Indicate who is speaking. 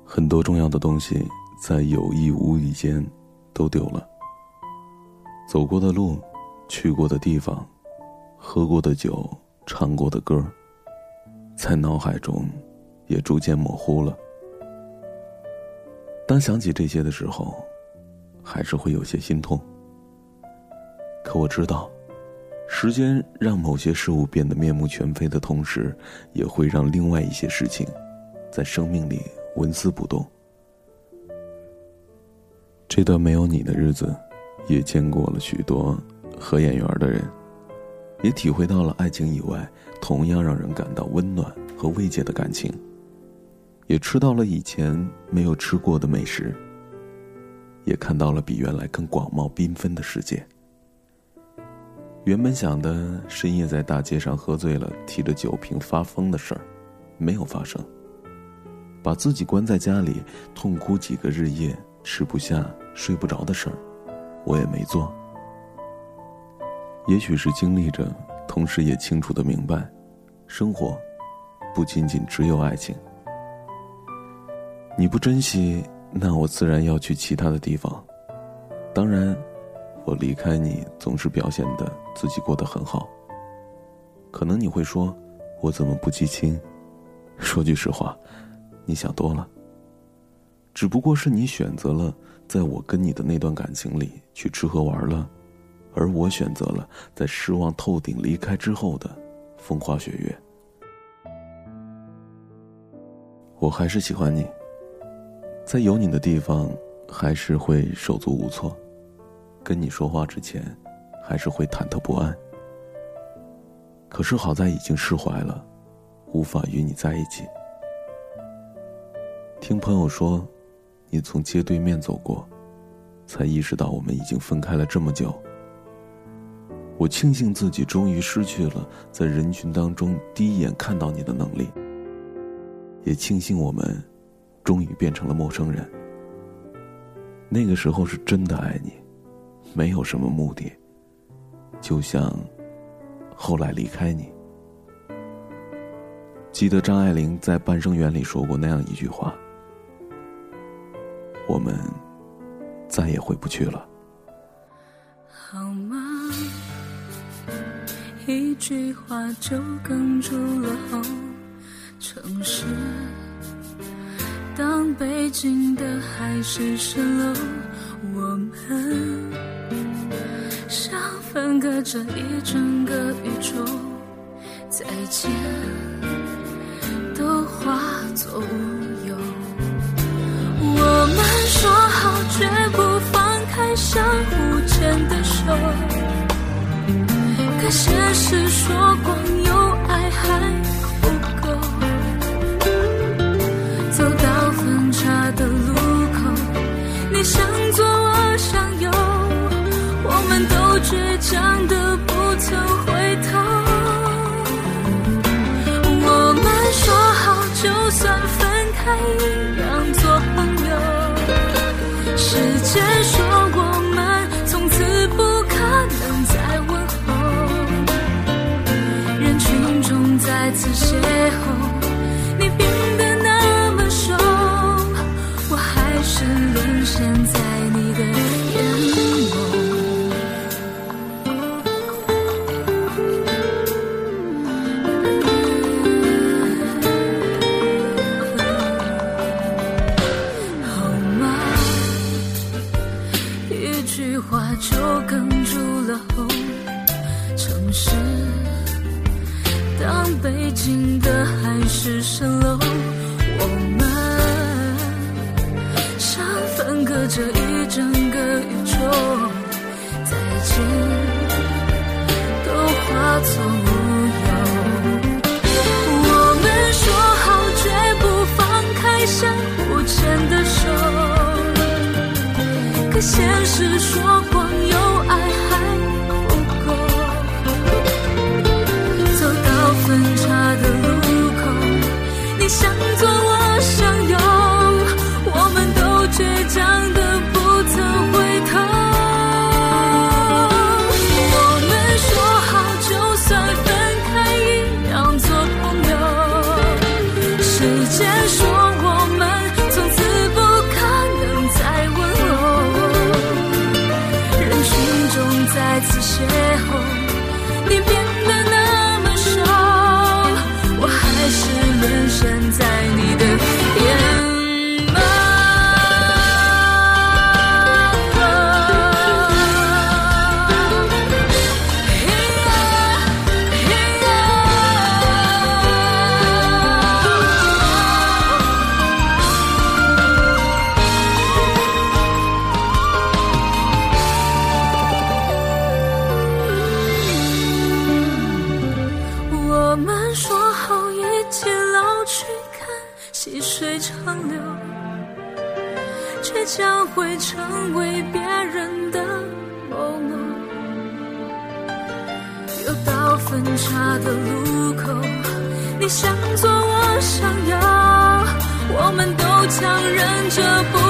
Speaker 1: 很多重要的东西在有意无意间都丢了，走过的路，去过的地方，喝过的酒，唱过的歌，在脑海中也逐渐模糊了。当想起这些的时候，还是会有些心痛。可我知道，时间让某些事物变得面目全非的同时，也会让另外一些事情在生命里纹丝不动。这段没有你的日子，也见过了许多合眼缘的人，也体会到了爱情以外同样让人感到温暖和慰藉的感情，也吃到了以前没有吃过的美食，也看到了比原来更广袤缤纷的世界。原本想的深夜在大街上喝醉了提着酒瓶发疯的事儿没有发生，把自己关在家里痛哭几个日夜吃不下睡不着的事儿我也没做。也许是经历着，同时也清楚地明白，生活不仅仅只有爱情。你不珍惜，那我自然要去其他的地方。当然，我离开你总是表现得自己过得很好。可能你会说，我怎么不记清？说句实话，你想多了。只不过是你选择了在我跟你的那段感情里去吃喝玩乐，而我选择了在失望透顶离开之后的风花雪月。我还是喜欢你，在有你的地方还是会手足无措，跟你说话之前还是会忐忑不安。可是好在已经释怀了，无法与你在一起。听朋友说，你从街对面走过，才意识到我们已经分开了这么久。我庆幸自己终于失去了在人群当中第一眼看到你的能力，也庆幸我们终于变成了陌生人。那个时候是真的爱你，没有什么目的，就像后来离开你。记得张爱玲在《半生缘》里说过那样一句话，我们再也回不去了。
Speaker 2: 好吗？一句话就哽住了喉。城市当北京的海市蜃楼，我们像分隔着一整个宇宙，再见都化作无忧。我们说好绝不放开相互牵的手，可现实说光有爱还不够。走到分岔的路口，你向左我向右，我们都倔强的不曾回头。我们说好就算分开一样做朋友，时间说我们从此不可能再问候。人群中再次邂逅，你变得那么瘦，我还是沦陷在你的眼眸。话就哽住了喉。城市当北京的海市蜃楼，我们像分隔着一整个宇宙，再见都化作无忧。我们说好绝不放开相互牵的手，可现实说光有爱还不够。走到分岔的路口，你向左我向右，我们都倔强的不曾回头。我们说好就算分开一样做朋友，时间说我们从此老去看细水长流，却将会成为别人的某某。又到分岔的路口，你向左我向右，我们都强忍着不